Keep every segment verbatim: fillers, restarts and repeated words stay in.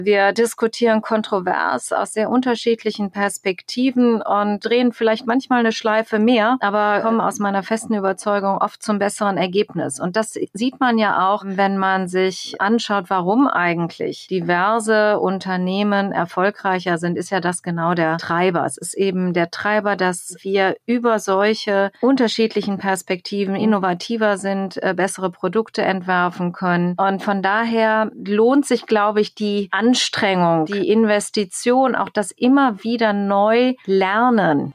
Wir diskutieren kontrovers aus sehr unterschiedlichen Perspektiven und drehen vielleicht manchmal eine Schleife mehr, aber kommen aus meiner festen Überzeugung oft zum besseren Ergebnis. Und das sieht man ja auch, wenn man sich anschaut, warum eigentlich diverse Unternehmen erfolgreicher sind, ist ja das genau der Treiber. Es ist eben der Treiber, dass wir über solche unterschiedlichen Perspektiven innovativer sind, bessere Produkte entwerfen können. Und von daher lohnt sich, glaube ich, die Anstrengung, die Investition, auch das immer wieder neu lernen.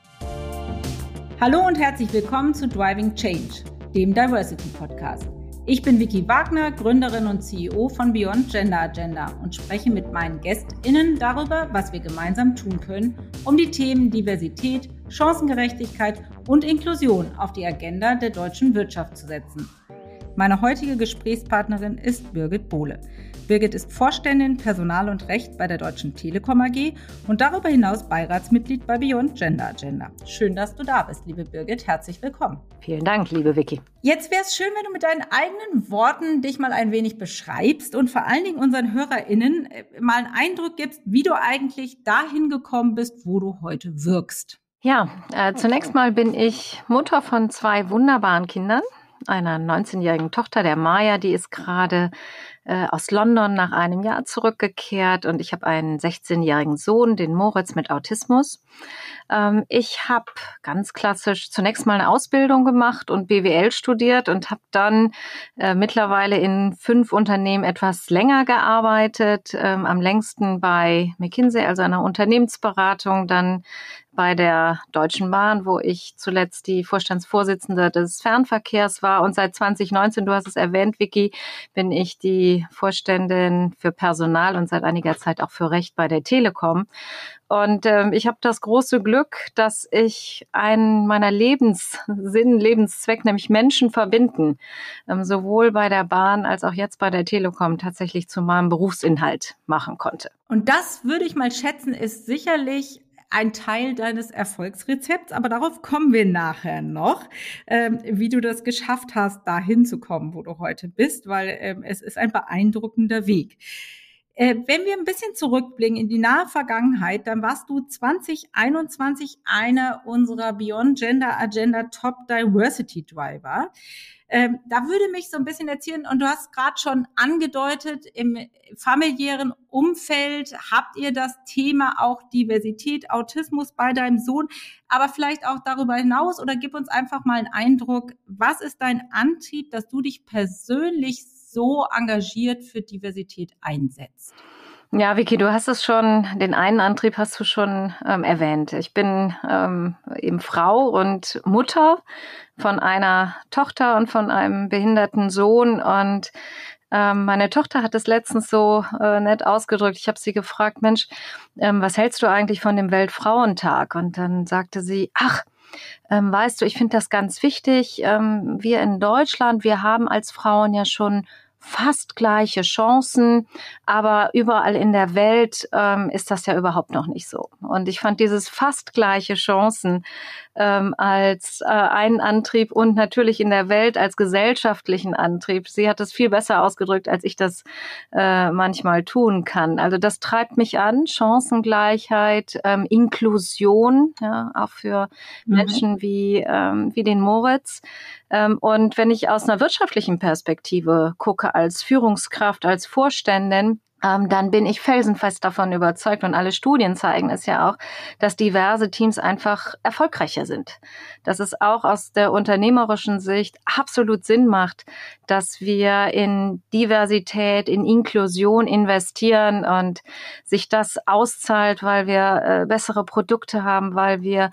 Hallo und herzlich willkommen zu Driving Change, dem Diversity Podcast. Ich bin Vicky Wagner, Gründerin und C E O von Beyond Gender Agenda und spreche mit meinen GästInnen darüber, was wir gemeinsam tun können, um die Themen Diversität, Chancengerechtigkeit und Inklusion auf die Agenda der deutschen Wirtschaft zu setzen. Meine heutige Gesprächspartnerin ist Birgit Bohle. Birgit ist Vorständin Personal und Recht bei der Deutschen Telekom A G und darüber hinaus Beiratsmitglied bei Beyond Gender Agenda. Schön, dass du da bist, liebe Birgit. Herzlich willkommen. Vielen Dank, liebe Vicky. Jetzt wäre es schön, wenn du mit deinen eigenen Worten dich mal ein wenig beschreibst und vor allen Dingen unseren HörerInnen mal einen Eindruck gibst, wie du eigentlich dahin gekommen bist, wo du heute wirkst. Ja, äh, zunächst mal bin ich Mutter von zwei wunderbaren Kindern. Einer neunzehnjährigen Tochter, der Maya, die ist gerade äh, aus London nach einem Jahr zurückgekehrt und ich habe einen sechzehnjährigen Sohn, den Moritz mit Autismus. Ähm, ich habe ganz klassisch zunächst mal eine Ausbildung gemacht und B W L studiert und habe dann äh, mittlerweile in fünf Unternehmen etwas länger gearbeitet, ähm, am längsten bei McKinsey, also einer Unternehmensberatung, dann bei der Deutschen Bahn, wo ich zuletzt die Vorstandsvorsitzende des Fernverkehrs war. Und seit zwanzig neunzehn, du hast es erwähnt, Vicky, bin ich die Vorständin für Personal und seit einiger Zeit auch für Recht bei der Telekom. Und ähm, ich habe das große Glück, dass ich einen meiner Lebenssinn, Lebenszweck, nämlich Menschen verbinden, ähm, sowohl bei der Bahn als auch jetzt bei der Telekom tatsächlich zu meinem Berufsinhalt machen konnte. Und das würde ich mal schätzen, ist sicherlich ein Teil deines Erfolgsrezepts, aber darauf kommen wir nachher noch, ähm, wie du das geschafft hast, da hinzukommen, wo du heute bist, weil ähm, es ist ein beeindruckender Weg. Äh, wenn wir ein bisschen zurückblicken in die nahe Vergangenheit, dann warst du zwanzig einundzwanzig einer unserer Beyond Gender Agenda Top Diversity Driver. Ähm, da würde mich so ein bisschen erzählen, und du hast gerade schon angedeutet, im familiären Umfeld habt ihr das Thema auch Diversität, Autismus bei deinem Sohn, aber vielleicht auch darüber hinaus, oder gib uns einfach mal einen Eindruck, was ist dein Antrieb, dass du dich persönlich so engagiert für Diversität einsetzt? Ja, Vicky, du hast es schon, den einen Antrieb hast du schon ähm, erwähnt. Ich bin ähm, eben Frau und Mutter von einer Tochter und von einem behinderten Sohn und ähm, meine Tochter hat es letztens so äh, nett ausgedrückt. Ich habe sie gefragt, Mensch, ähm, was hältst du eigentlich von dem Weltfrauentag? Und dann sagte sie, ach, ähm, weißt du, ich finde das ganz wichtig. Ähm, wir in Deutschland, wir haben als Frauen ja schon fast gleiche Chancen, aber überall in der Welt ähm, ist das ja überhaupt noch nicht so. Und ich fand dieses fast gleiche Chancen ähm, als äh, einen Antrieb und natürlich in der Welt als gesellschaftlichen Antrieb. Sie hat es viel besser ausgedrückt, als ich das äh, manchmal tun kann. Also das treibt mich an, Chancengleichheit, ähm, Inklusion, ja, auch für mhm. Menschen wie, ähm, wie den Moritz. Ähm, und wenn ich aus einer wirtschaftlichen Perspektive gucke, als Führungskraft, als Vorständin, ähm, dann bin ich felsenfest davon überzeugt, und alle Studien zeigen es ja auch, dass diverse Teams einfach erfolgreicher sind. Dass es auch aus der unternehmerischen Sicht absolut Sinn macht, dass wir in Diversität, in Inklusion investieren und sich das auszahlt, weil wir äh, bessere Produkte haben, weil wir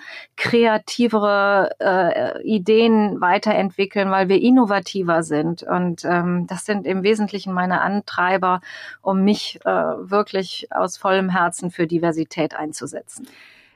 kreativere äh, Ideen weiterentwickeln, weil wir innovativer sind. Und ähm, das sind im Wesentlichen meine Antreiber, um mich äh, wirklich aus vollem Herzen für Diversität einzusetzen.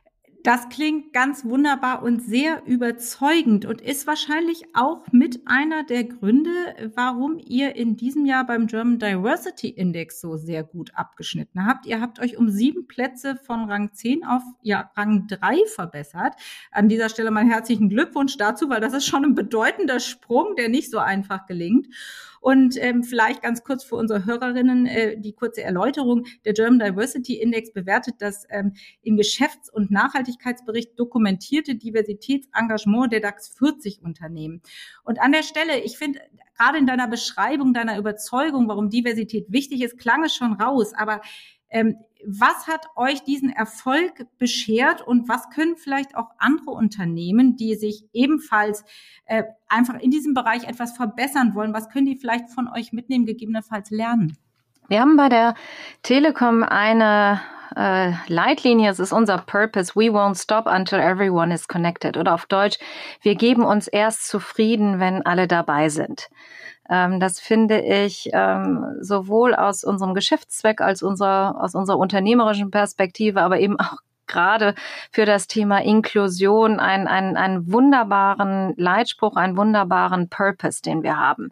Das klingt ganz wunderbar und sehr überzeugend und ist wahrscheinlich auch mit einer der Gründe, warum ihr in diesem Jahr beim German Diversity Index so sehr gut abgeschnitten habt. Ihr habt euch um sieben Plätze von Rang zehn auf ja, Rang drei verbessert. An dieser Stelle meinen herzlichen Glückwunsch dazu, weil das ist schon ein bedeutender Sprung, der nicht so einfach gelingt. Und ähm, vielleicht ganz kurz für unsere Hörerinnen äh, die kurze Erläuterung. Der German Diversity Index bewertet das ähm, im Geschäfts- und Nachhaltigkeitsbericht dokumentierte Diversitätsengagement der DAX vierzig Unternehmen. Und an der Stelle, ich finde, gerade in deiner Beschreibung, deiner Überzeugung, warum Diversität wichtig ist, klang es schon raus. Aber ähm, was hat euch diesen Erfolg beschert und was können vielleicht auch andere Unternehmen, die sich ebenfalls äh, einfach in diesem Bereich etwas verbessern wollen, was können die vielleicht von euch mitnehmen, gegebenenfalls lernen? Wir haben bei der Telekom eine äh, Leitlinie, es ist unser Purpose, we won't stop until everyone is connected. Oder auf Deutsch, wir geben uns erst zufrieden, wenn alle dabei sind. Ähm, das finde ich ähm, sowohl aus unserem Geschäftszweck als unserer, aus unserer unternehmerischen Perspektive, aber eben auch gerade für das Thema Inklusion einen, einen, einen wunderbaren Leitspruch, einen wunderbaren Purpose, den wir haben.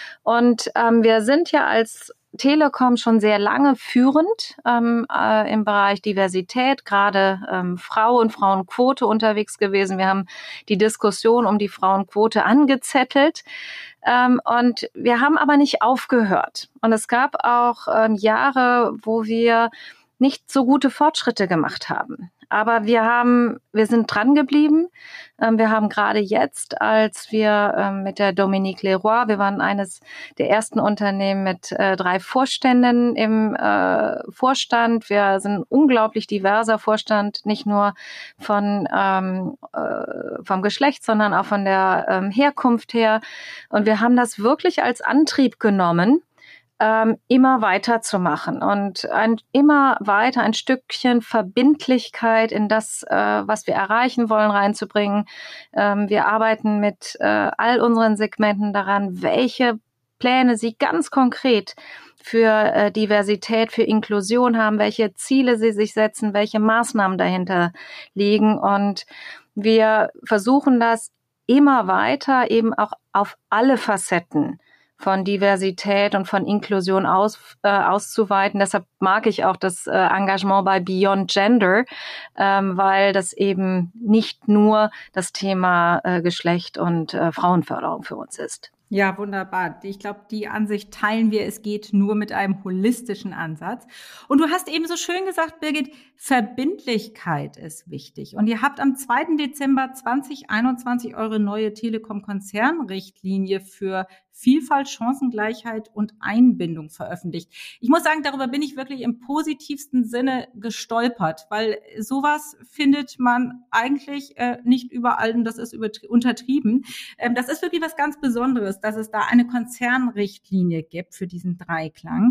Und ähm, wir sind ja als Telekom schon sehr lange führend ähm, äh, im Bereich Diversität, gerade ähm, Frau und Frauenquote unterwegs gewesen. Wir haben die Diskussion um die Frauenquote angezettelt. Ähm, und wir haben aber nicht aufgehört. Und es gab auch ähm, Jahre, wo wir nicht so gute Fortschritte gemacht haben. Aber wir haben, wir sind dran geblieben. Ähm, wir haben gerade jetzt, als wir ähm, mit der Dominique Leroy, wir waren eines der ersten Unternehmen mit äh, drei Vorständen im äh, Vorstand. Wir sind ein unglaublich diverser Vorstand, nicht nur von ähm, äh, vom Geschlecht, sondern auch von der ähm, Herkunft her. Und wir haben das wirklich als Antrieb genommen, Ähm, immer weiter zu machen und ein, immer weiter ein Stückchen Verbindlichkeit in das, äh, was wir erreichen wollen, reinzubringen. Ähm, wir arbeiten mit äh, all unseren Segmenten daran, welche Pläne sie ganz konkret für äh, Diversität, für Inklusion haben, welche Ziele sie sich setzen, welche Maßnahmen dahinter liegen. Und wir versuchen das immer weiter eben auch auf alle Facetten von Diversität und von Inklusion aus, äh, auszuweiten. Deshalb mag ich auch das äh, Engagement bei Beyond Gender, ähm, weil das eben nicht nur das Thema äh, Geschlecht und äh, Frauenförderung für uns ist. Ja, wunderbar. Ich glaube, die Ansicht teilen wir. Es geht nur mit einem holistischen Ansatz. Und du hast eben so schön gesagt, Birgit, Verbindlichkeit ist wichtig. Und ihr habt am zweiten Dezember zweitausendeinundzwanzig eure neue Telekom-Konzernrichtlinie für Vielfalt, Chancengleichheit und Einbindung veröffentlicht. Ich muss sagen, darüber bin ich wirklich im positivsten Sinne gestolpert, weil sowas findet man eigentlich äh, nicht überall und das ist untertrieben. Ähm, das ist wirklich was ganz Besonderes, dass es da eine Konzernrichtlinie gibt für diesen Dreiklang.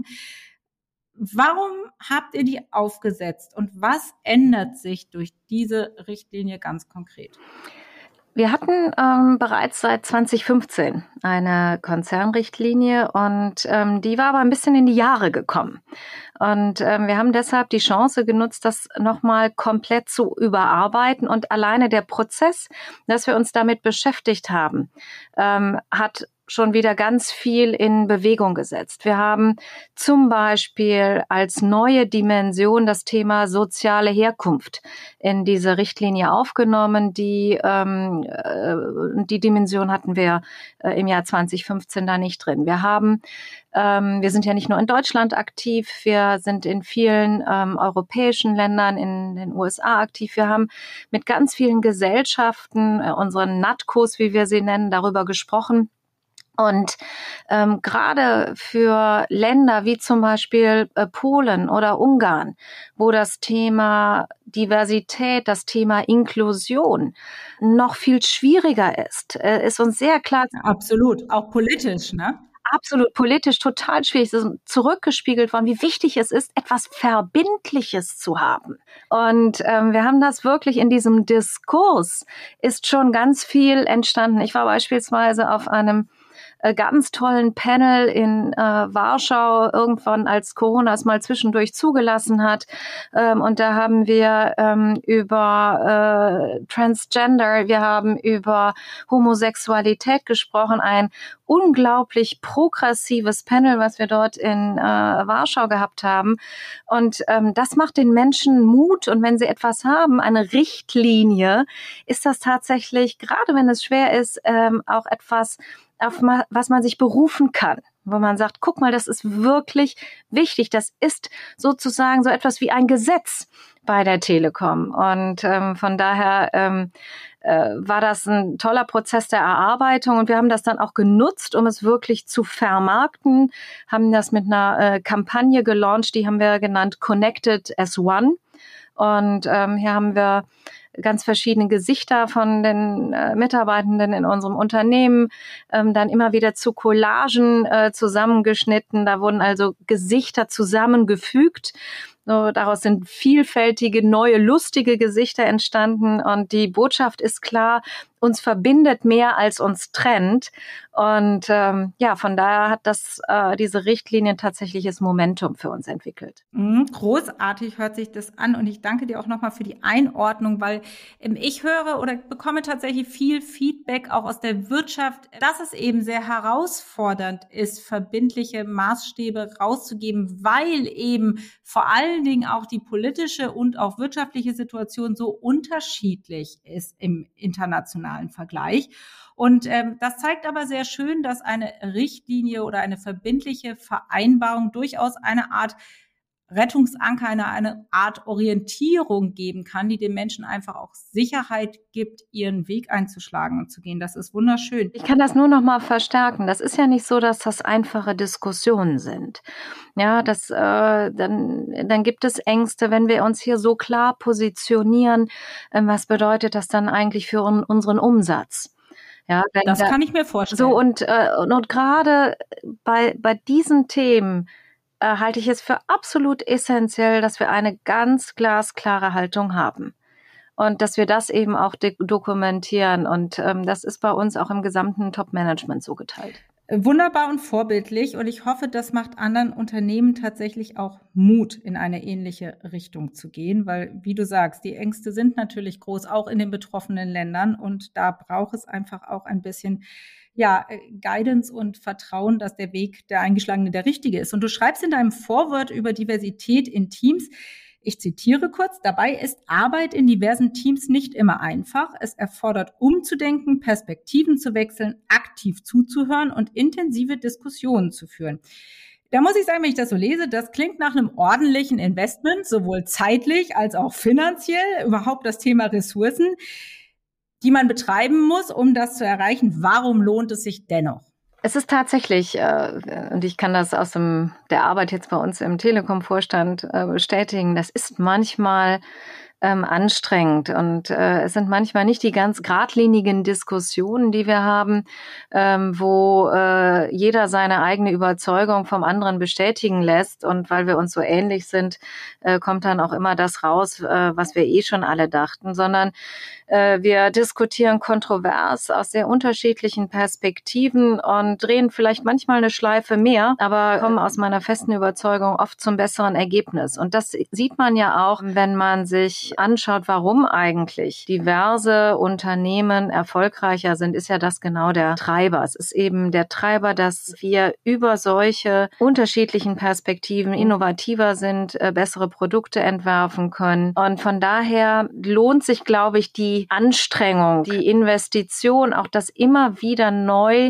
Warum habt ihr die aufgesetzt und was ändert sich durch diese Richtlinie ganz konkret? Wir hatten ähm, bereits seit zwanzig fünfzehn eine Konzernrichtlinie und ähm, die war aber ein bisschen in die Jahre gekommen. Und ähm, wir haben deshalb die Chance genutzt, das nochmal komplett zu überarbeiten. Und alleine der Prozess, dass wir uns damit beschäftigt haben, ähm, hat schon wieder ganz viel in Bewegung gesetzt. Wir haben zum Beispiel als neue Dimension das Thema soziale Herkunft in diese Richtlinie aufgenommen. Die, ähm, die Dimension hatten wir äh, im Jahr zwanzig fünfzehn da nicht drin. Wir haben ähm, wir sind ja nicht nur in Deutschland aktiv, wir sind in vielen ähm, europäischen Ländern, in den U S A aktiv. Wir haben mit ganz vielen Gesellschaften, äh, unseren NATCOs, wie wir sie nennen, darüber gesprochen. Und ähm, gerade für Länder wie zum Beispiel äh, Polen oder Ungarn, wo das Thema Diversität, das Thema Inklusion noch viel schwieriger ist, äh, ist uns sehr klar. Absolut, auch politisch, ne? Absolut politisch total schwierig. Es ist zurückgespiegelt worden, wie wichtig es ist, etwas Verbindliches zu haben. Und ähm, wir haben das wirklich in diesem Diskurs ist schon ganz viel entstanden. Ich war beispielsweise auf einem ganz tollen Panel in äh, Warschau irgendwann, als Corona es mal zwischendurch zugelassen hat. Ähm, und da haben wir ähm, über äh, Transgender, wir haben über Homosexualität gesprochen. Ein unglaublich progressives Panel, was wir dort in äh, Warschau gehabt haben. Und ähm, das macht den Menschen Mut. Und wenn sie etwas haben, eine Richtlinie, ist das tatsächlich, gerade wenn es schwer ist, ähm, auch etwas, auf was man sich berufen kann. wo man sagt, guck mal, das ist wirklich wichtig. Das ist sozusagen so etwas wie ein Gesetz bei der Telekom. Und ähm, von daher ähm, äh, war das ein toller Prozess der Erarbeitung. Und wir haben das dann auch genutzt, um es wirklich zu vermarkten, haben das mit einer äh, Kampagne gelauncht, die haben wir genannt Connected as One. Und ähm, hier haben wir ganz verschiedene Gesichter von den äh, Mitarbeitenden in unserem Unternehmen, ähm, dann immer wieder zu Collagen äh, zusammengeschnitten. Da wurden also Gesichter zusammengefügt. So, daraus sind vielfältige, neue, lustige Gesichter entstanden. Und die Botschaft ist klar, uns verbindet mehr als uns trennt. Und ähm, ja, von daher hat das äh, diese Richtlinie tatsächliches Momentum für uns entwickelt. Mhm, großartig hört sich das an. Und ich danke dir auch nochmal für die Einordnung, weil ähm, ich höre oder bekomme tatsächlich viel Feedback auch aus der Wirtschaft, dass es eben sehr herausfordernd ist, verbindliche Maßstäbe rauszugeben, weil eben vor allen Dingen auch die politische und auch wirtschaftliche Situation so unterschiedlich ist im internationalen Vergleich. Und ähm, das zeigt aber sehr schön, dass eine Richtlinie oder eine verbindliche Vereinbarung durchaus eine Art Rettungsanker, eine, eine Art Orientierung geben kann, die den Menschen einfach auch Sicherheit gibt, ihren Weg einzuschlagen und zu gehen. Das ist wunderschön. Ich kann das nur noch mal verstärken. Das ist ja nicht so, dass das einfache Diskussionen sind. Ja, das, äh, dann, dann gibt es Ängste, wenn wir uns hier so klar positionieren. Äh, was bedeutet das dann eigentlich für un, unseren Umsatz? Ja, wenn das da, kann ich mir vorstellen. So und, äh, und, und gerade bei, bei diesen Themen äh, halte ich es für absolut essentiell, dass wir eine ganz glasklare Haltung haben und dass wir das eben auch de- dokumentieren. Und ähm, das ist bei uns auch im gesamten Top-Management so geteilt. Wunderbar und vorbildlich. Und ich hoffe, das macht anderen Unternehmen tatsächlich auch Mut, in eine ähnliche Richtung zu gehen. Weil, wie du sagst, die Ängste sind natürlich groß, auch in den betroffenen Ländern. Und da braucht es einfach auch ein bisschen ja, Guidance und Vertrauen, dass der Weg, der eingeschlagene, der richtige ist. Und du schreibst in deinem Vorwort über Diversität in Teams, ich zitiere kurz, dabei ist Arbeit in diversen Teams nicht immer einfach. Es erfordert umzudenken, Perspektiven zu wechseln, aktiv zuzuhören und intensive Diskussionen zu führen. Da muss ich sagen, wenn ich das so lese, das klingt nach einem ordentlichen Investment, sowohl zeitlich als auch finanziell, überhaupt das Thema Ressourcen, die man betreiben muss, um das zu erreichen. Warum lohnt es sich dennoch? Es ist tatsächlich, äh, und ich kann das aus dem, der Arbeit jetzt bei uns im Telekom-Vorstand äh, bestätigen, das ist manchmal ähm, anstrengend und äh, es sind manchmal nicht die ganz geradlinigen Diskussionen, die wir haben, ähm, wo äh, jeder seine eigene Überzeugung vom anderen bestätigen lässt und weil wir uns so ähnlich sind, äh, kommt dann auch immer das raus, äh, was wir eh schon alle dachten, sondern äh, wir diskutieren kontrovers aus sehr unterschiedlichen Perspektiven und drehen vielleicht manchmal eine Schleife mehr, aber kommen aus meiner festen Überzeugung oft zum besseren Ergebnis. Und das sieht man ja auch, wenn man sich anschaut, warum eigentlich diverse Unternehmen erfolgreicher sind, ist ja das genau der Treiber. Es ist eben der Treiber, dass wir über solche unterschiedlichen Perspektiven innovativer sind, bessere Produkte entwerfen können. Und von daher lohnt sich, glaube ich, die Anstrengung, die Investition, auch das immer wieder neu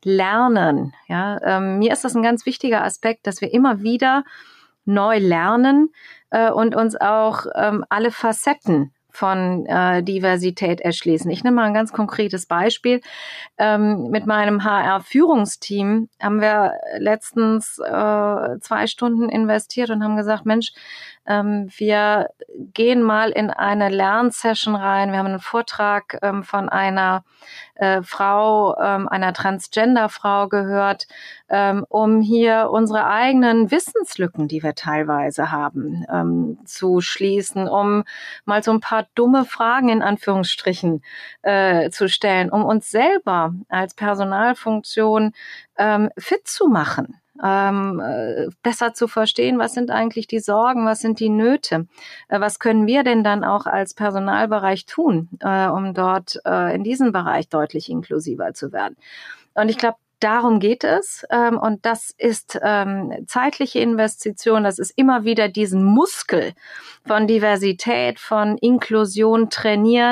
lernen. Ja, ähm, mir ist das ein ganz wichtiger Aspekt, dass wir immer wieder neu lernen äh, und uns auch ähm, alle Facetten von äh, Diversität erschließen. Ich nehme mal ein ganz konkretes Beispiel. Ähm, mit meinem H R-Führungsteam haben wir letztens äh, zwei Stunden investiert und haben gesagt, Mensch, ähm, wir gehen mal in eine Lernsession rein. Wir haben einen Vortrag ähm, von einer äh, Frau, ähm, einer Transgender-Frau gehört, ähm, um hier unsere eigenen Wissenslücken, die wir teilweise haben, ähm, zu schließen, um mal so ein paar dumme Fragen in Anführungsstrichen äh, zu stellen, um uns selber als Personalfunktion ähm, fit zu machen. Ähm, äh, besser zu verstehen, was sind eigentlich die Sorgen, was sind die Nöte, äh, was können wir denn dann auch als Personalbereich tun, äh, um dort äh, in diesem Bereich deutlich inklusiver zu werden. Und ich glaube, darum geht es ähm, und das ist ähm, zeitliche Investition, das ist immer wieder diesen Muskel von Diversität, von Inklusion trainieren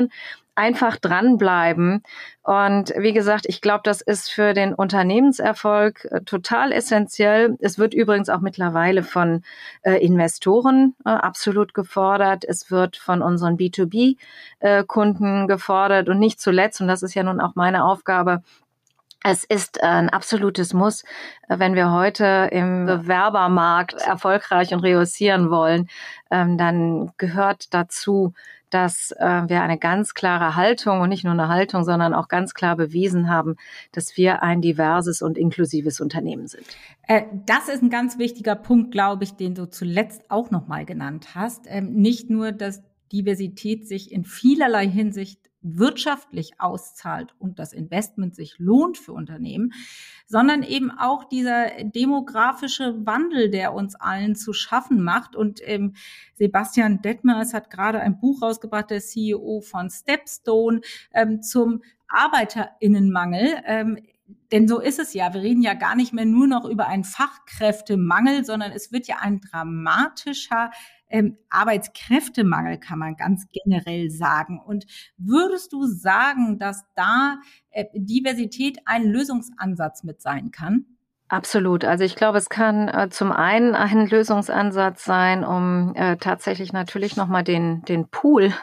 einfach dranbleiben. Und wie gesagt, ich glaube, das ist für den Unternehmenserfolg äh, total essentiell. Es wird übrigens auch mittlerweile von äh, Investoren äh, absolut gefordert. Es wird von unseren B zwei B-Kunden äh, gefordert und nicht zuletzt, und das ist ja nun auch meine Aufgabe, es ist ein absolutes Muss, wenn wir heute im Bewerbermarkt erfolgreich und reüssieren wollen, dann gehört dazu, dass wir eine ganz klare Haltung und nicht nur eine Haltung, sondern auch ganz klar bewiesen haben, dass wir ein diverses und inklusives Unternehmen sind. Das ist ein ganz wichtiger Punkt, glaube ich, den du zuletzt auch nochmal genannt hast. Nicht nur, dass Diversität sich in vielerlei Hinsicht wirtschaftlich auszahlt und das Investment sich lohnt für Unternehmen, sondern eben auch dieser demografische Wandel, der uns allen zu schaffen macht. Und ähm, Sebastian Dettmers hat gerade ein Buch rausgebracht, der C E O von Stepstone, ähm, zum ArbeiterInnenmangel. Ähm, Denn so ist es ja. Wir reden ja gar nicht mehr nur noch über einen Fachkräftemangel, sondern es wird ja ein dramatischer ähm, Arbeitskräftemangel, kann man ganz generell sagen. Und würdest du sagen, dass da äh, Diversität ein Lösungsansatz mit sein kann? Absolut. Also ich glaube, es kann äh, zum einen ein Lösungsansatz sein, um äh, tatsächlich natürlich nochmal den, den Pool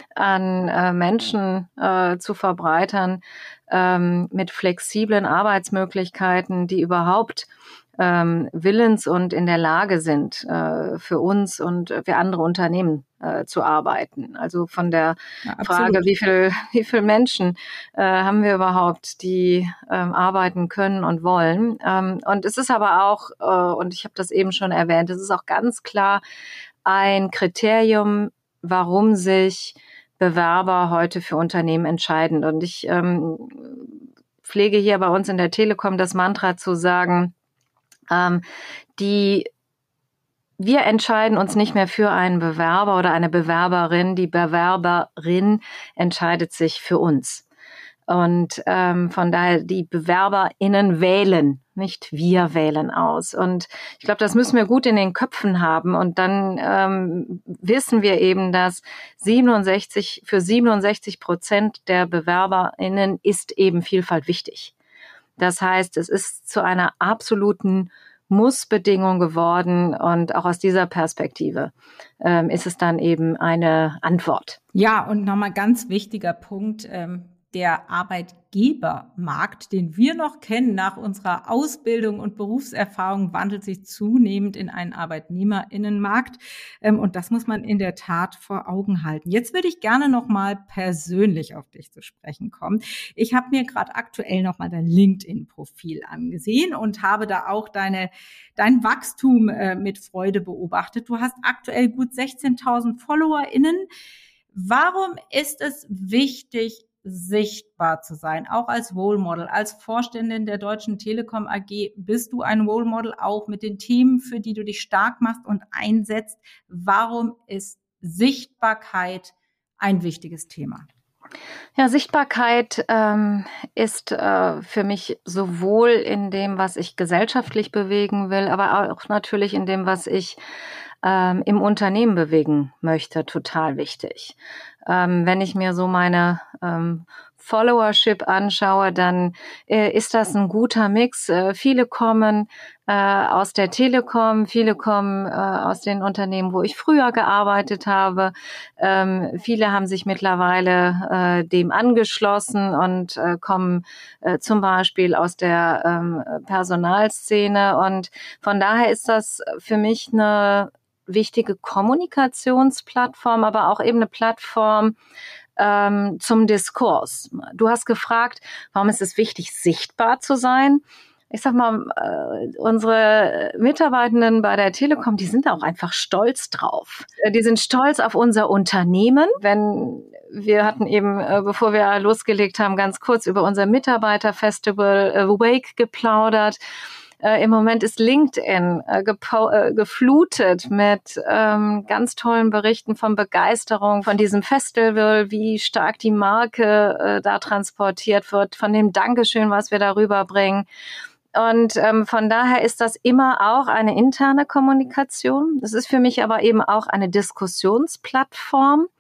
an äh, Menschen äh, zu verbreitern, ähm, mit flexiblen Arbeitsmöglichkeiten, die überhaupt ähm, willens und in der Lage sind, äh, für uns und für andere Unternehmen äh, zu arbeiten. Also von der ja, Frage, wie viel, wie viel Menschen äh, haben wir überhaupt, die ähm, arbeiten können und wollen. Ähm, und es ist aber auch, äh, und ich habe das eben schon erwähnt, es ist auch ganz klar ein Kriterium, warum sich Bewerber heute für Unternehmen entscheiden. Und ich ähm, pflege hier bei uns in der Telekom das Mantra zu sagen, ähm, die wir entscheiden uns nicht mehr für einen Bewerber oder eine Bewerberin. Die Bewerberin entscheidet sich für uns. Und ähm, von daher, die BewerberInnen wählen, nicht wir wählen aus. Und ich glaube, das müssen wir gut in den Köpfen haben. Und dann ähm, wissen wir eben, dass siebenundsechzig für siebenundsechzig Prozent der BewerberInnen ist eben Vielfalt wichtig. Das heißt, es ist zu einer absoluten Mussbedingung geworden und auch aus dieser Perspektive ähm, ist es dann eben eine Antwort. Ja, und nochmal ganz wichtiger Punkt, ähm der Arbeitgebermarkt, den wir noch kennen nach unserer Ausbildung und Berufserfahrung, wandelt sich zunehmend in einen ArbeitnehmerInnenmarkt. Und das muss man in der Tat vor Augen halten. Jetzt würde ich gerne noch mal persönlich auf dich zu sprechen kommen. Ich habe mir gerade aktuell noch mal dein LinkedIn-Profil angesehen und habe da auch deine, dein Wachstum mit Freude beobachtet. Du hast aktuell gut sechzehntausend FollowerInnen. Warum ist es wichtig, sichtbar zu sein, auch als Role Model, als Vorständin der Deutschen Telekom A G bist du ein Role Model, auch mit den Themen, für die du dich stark machst und einsetzt. Warum ist Sichtbarkeit ein wichtiges Thema? Ja, Sichtbarkeit ähm, ist äh, für mich sowohl in dem, was ich gesellschaftlich bewegen will, aber auch natürlich in dem, was ich ähm, im Unternehmen bewegen möchte, total wichtig. Ähm, wenn ich mir so meine ähm, Followership anschaue, dann äh, ist das ein guter Mix. Äh, viele kommen äh, aus der Telekom, viele kommen äh, aus den Unternehmen, wo ich früher gearbeitet habe. Ähm, viele haben sich mittlerweile äh, dem angeschlossen und äh, kommen äh, zum Beispiel aus der ähm, Personalszene. Und von daher ist das für mich eine wichtige Kommunikationsplattform, aber auch eben eine Plattform ähm, zum Diskurs. Du hast gefragt, warum ist es wichtig, sichtbar zu sein? Ich sag mal, äh, unsere Mitarbeitenden bei der Telekom, die sind auch einfach stolz drauf. Die sind stolz auf unser Unternehmen. Wenn wir hatten eben, äh, bevor wir losgelegt haben, ganz kurz über unser Mitarbeiterfestival äh, Wake geplaudert. Äh, Im Moment ist LinkedIn äh, gepo- äh, geflutet mit ähm, ganz tollen Berichten von Begeisterung von diesem Festival, wie stark die Marke äh, da transportiert wird, von dem Dankeschön, was wir darüber bringen. Und ähm, von daher ist das immer auch eine interne Kommunikation. Das ist für mich aber eben auch eine Diskussionsplattform.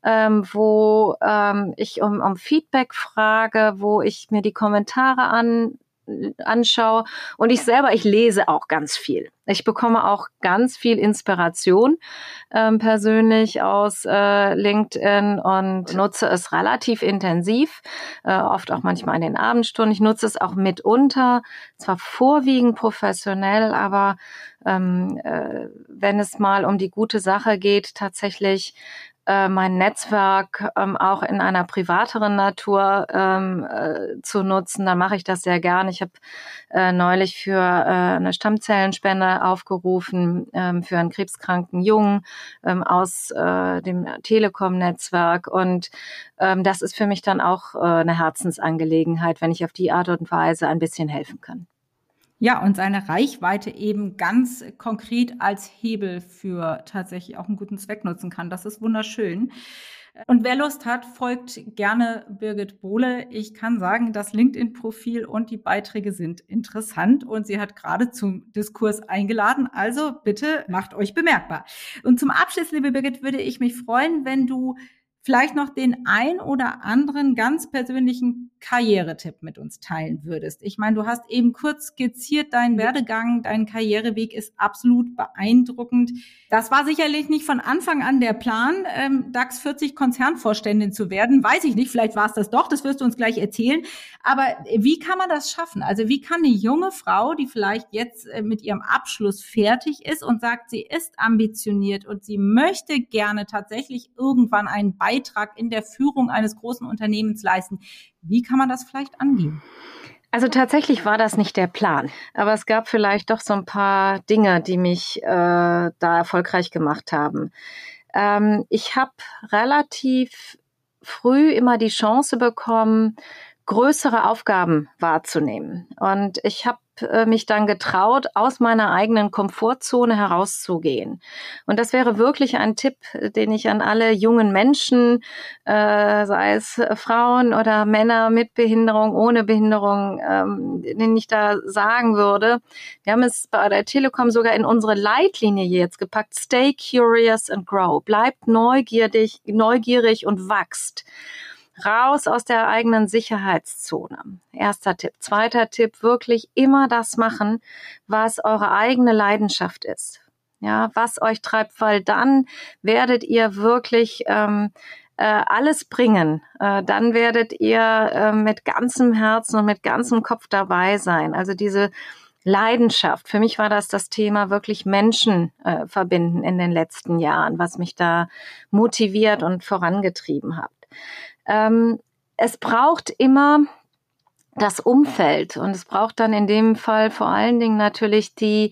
ähm, wo ähm, ich um, um Feedback frage, wo ich mir die Kommentare an anschaue und ich selber, ich lese auch ganz viel. Ich bekomme auch ganz viel Inspiration ähm, persönlich aus äh, LinkedIn und nutze es relativ intensiv, äh, oft auch manchmal in den Abendstunden. Ich nutze es auch mitunter, zwar vorwiegend professionell, aber ähm, äh, wenn es mal um die gute Sache geht, tatsächlich mein Netzwerk ähm, auch in einer privateren Natur ähm, äh, zu nutzen, dann mache ich das sehr gern. Ich habe äh, neulich für äh, eine Stammzellenspende aufgerufen ähm, für einen krebskranken Jungen ähm, aus äh, dem Telekom-Netzwerk und ähm, das ist für mich dann auch äh, eine Herzensangelegenheit, wenn ich auf die Art und Weise ein bisschen helfen kann. Ja, und seine Reichweite eben ganz konkret als Hebel für tatsächlich auch einen guten Zweck nutzen kann. Das ist wunderschön. Und wer Lust hat, folgt gerne Birgit Bohle. Ich kann sagen, das LinkedIn-Profil und die Beiträge sind interessant und sie hat gerade zum Diskurs eingeladen. Also bitte macht euch bemerkbar. Und zum Abschluss, liebe Birgit, würde ich mich freuen, wenn du vielleicht noch den ein oder anderen ganz persönlichen Karrieretipp mit uns teilen würdest. Ich meine, du hast eben kurz skizziert, deinen Werdegang, dein Karriereweg ist absolut beeindruckend. Das war sicherlich nicht von Anfang an der Plan, ähm, DAX vierzig Konzernvorständin zu werden. Weiß ich nicht, vielleicht war es das doch, das wirst du uns gleich erzählen. Aber wie kann man das schaffen? Also wie kann eine junge Frau, die vielleicht jetzt äh, mit ihrem Abschluss fertig ist und sagt, sie ist ambitioniert und sie möchte gerne tatsächlich irgendwann einen Beitrag in der Führung eines großen Unternehmens leisten, wie kann man das vielleicht angehen? Also tatsächlich war das nicht der Plan, aber es gab vielleicht doch so ein paar Dinge, die mich äh, da erfolgreich gemacht haben. Ähm, ich habe relativ früh immer die Chance bekommen, größere Aufgaben wahrzunehmen. Und ich habe äh, mich dann getraut, aus meiner eigenen Komfortzone herauszugehen. Und das wäre wirklich ein Tipp, den ich an alle jungen Menschen, äh, sei es Frauen oder Männer mit Behinderung, ohne Behinderung, ähm, den ich da sagen würde. Wir haben es bei der Telekom sogar in unsere Leitlinie jetzt gepackt. Stay curious and grow. Bleibt neugierig, neugierig und wachst. Raus aus der eigenen Sicherheitszone. Erster Tipp. Zweiter Tipp, wirklich immer das machen, was eure eigene Leidenschaft ist. Ja, was euch treibt, weil dann werdet ihr wirklich ähm, äh, alles bringen. Äh, dann werdet ihr äh, mit ganzem Herzen und mit ganzem Kopf dabei sein. Also diese Leidenschaft. Für mich war das das Thema wirklich Menschen äh, verbinden in den letzten Jahren, was mich da motiviert und vorangetrieben hat. Ähm, es braucht immer das Umfeld und es braucht dann in dem Fall vor allen Dingen natürlich die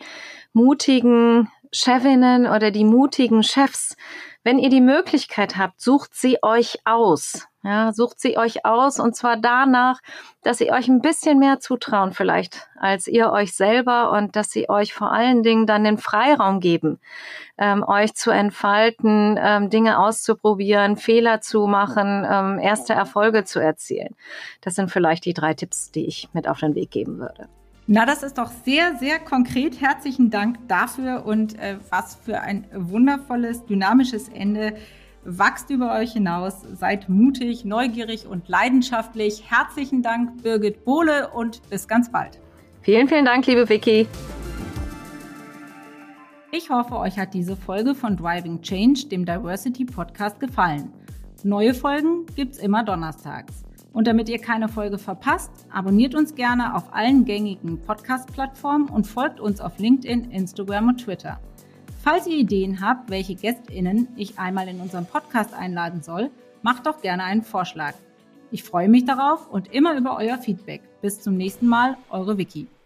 mutigen Chefinnen oder die mutigen Chefs. Wenn ihr die Möglichkeit habt, sucht sie euch aus. Ja, sucht sie euch aus und zwar danach, dass sie euch ein bisschen mehr zutrauen vielleicht als ihr euch selber und dass sie euch vor allen Dingen dann den Freiraum geben, ähm, euch zu entfalten, ähm, Dinge auszuprobieren, Fehler zu machen, ähm, erste Erfolge zu erzielen. Das sind vielleicht die drei Tipps, die ich mit auf den Weg geben würde. Na, das ist doch sehr, sehr konkret. Herzlichen Dank dafür und äh, was für ein wundervolles, dynamisches Ende. Wachst über euch hinaus, seid mutig, neugierig und leidenschaftlich. Herzlichen Dank, Birgit Bohle, und bis ganz bald. Vielen, vielen Dank, liebe Vicky. Ich hoffe, euch hat diese Folge von Driving Change, dem Diversity Podcast, gefallen. Neue Folgen gibt's immer donnerstags. Und damit ihr keine Folge verpasst, abonniert uns gerne auf allen gängigen Podcast-Plattformen und folgt uns auf LinkedIn, Instagram und Twitter. Falls ihr Ideen habt, welche GästInnen ich einmal in unseren Podcast einladen soll, macht doch gerne einen Vorschlag. Ich freue mich darauf und immer über euer Feedback. Bis zum nächsten Mal, eure Vicky.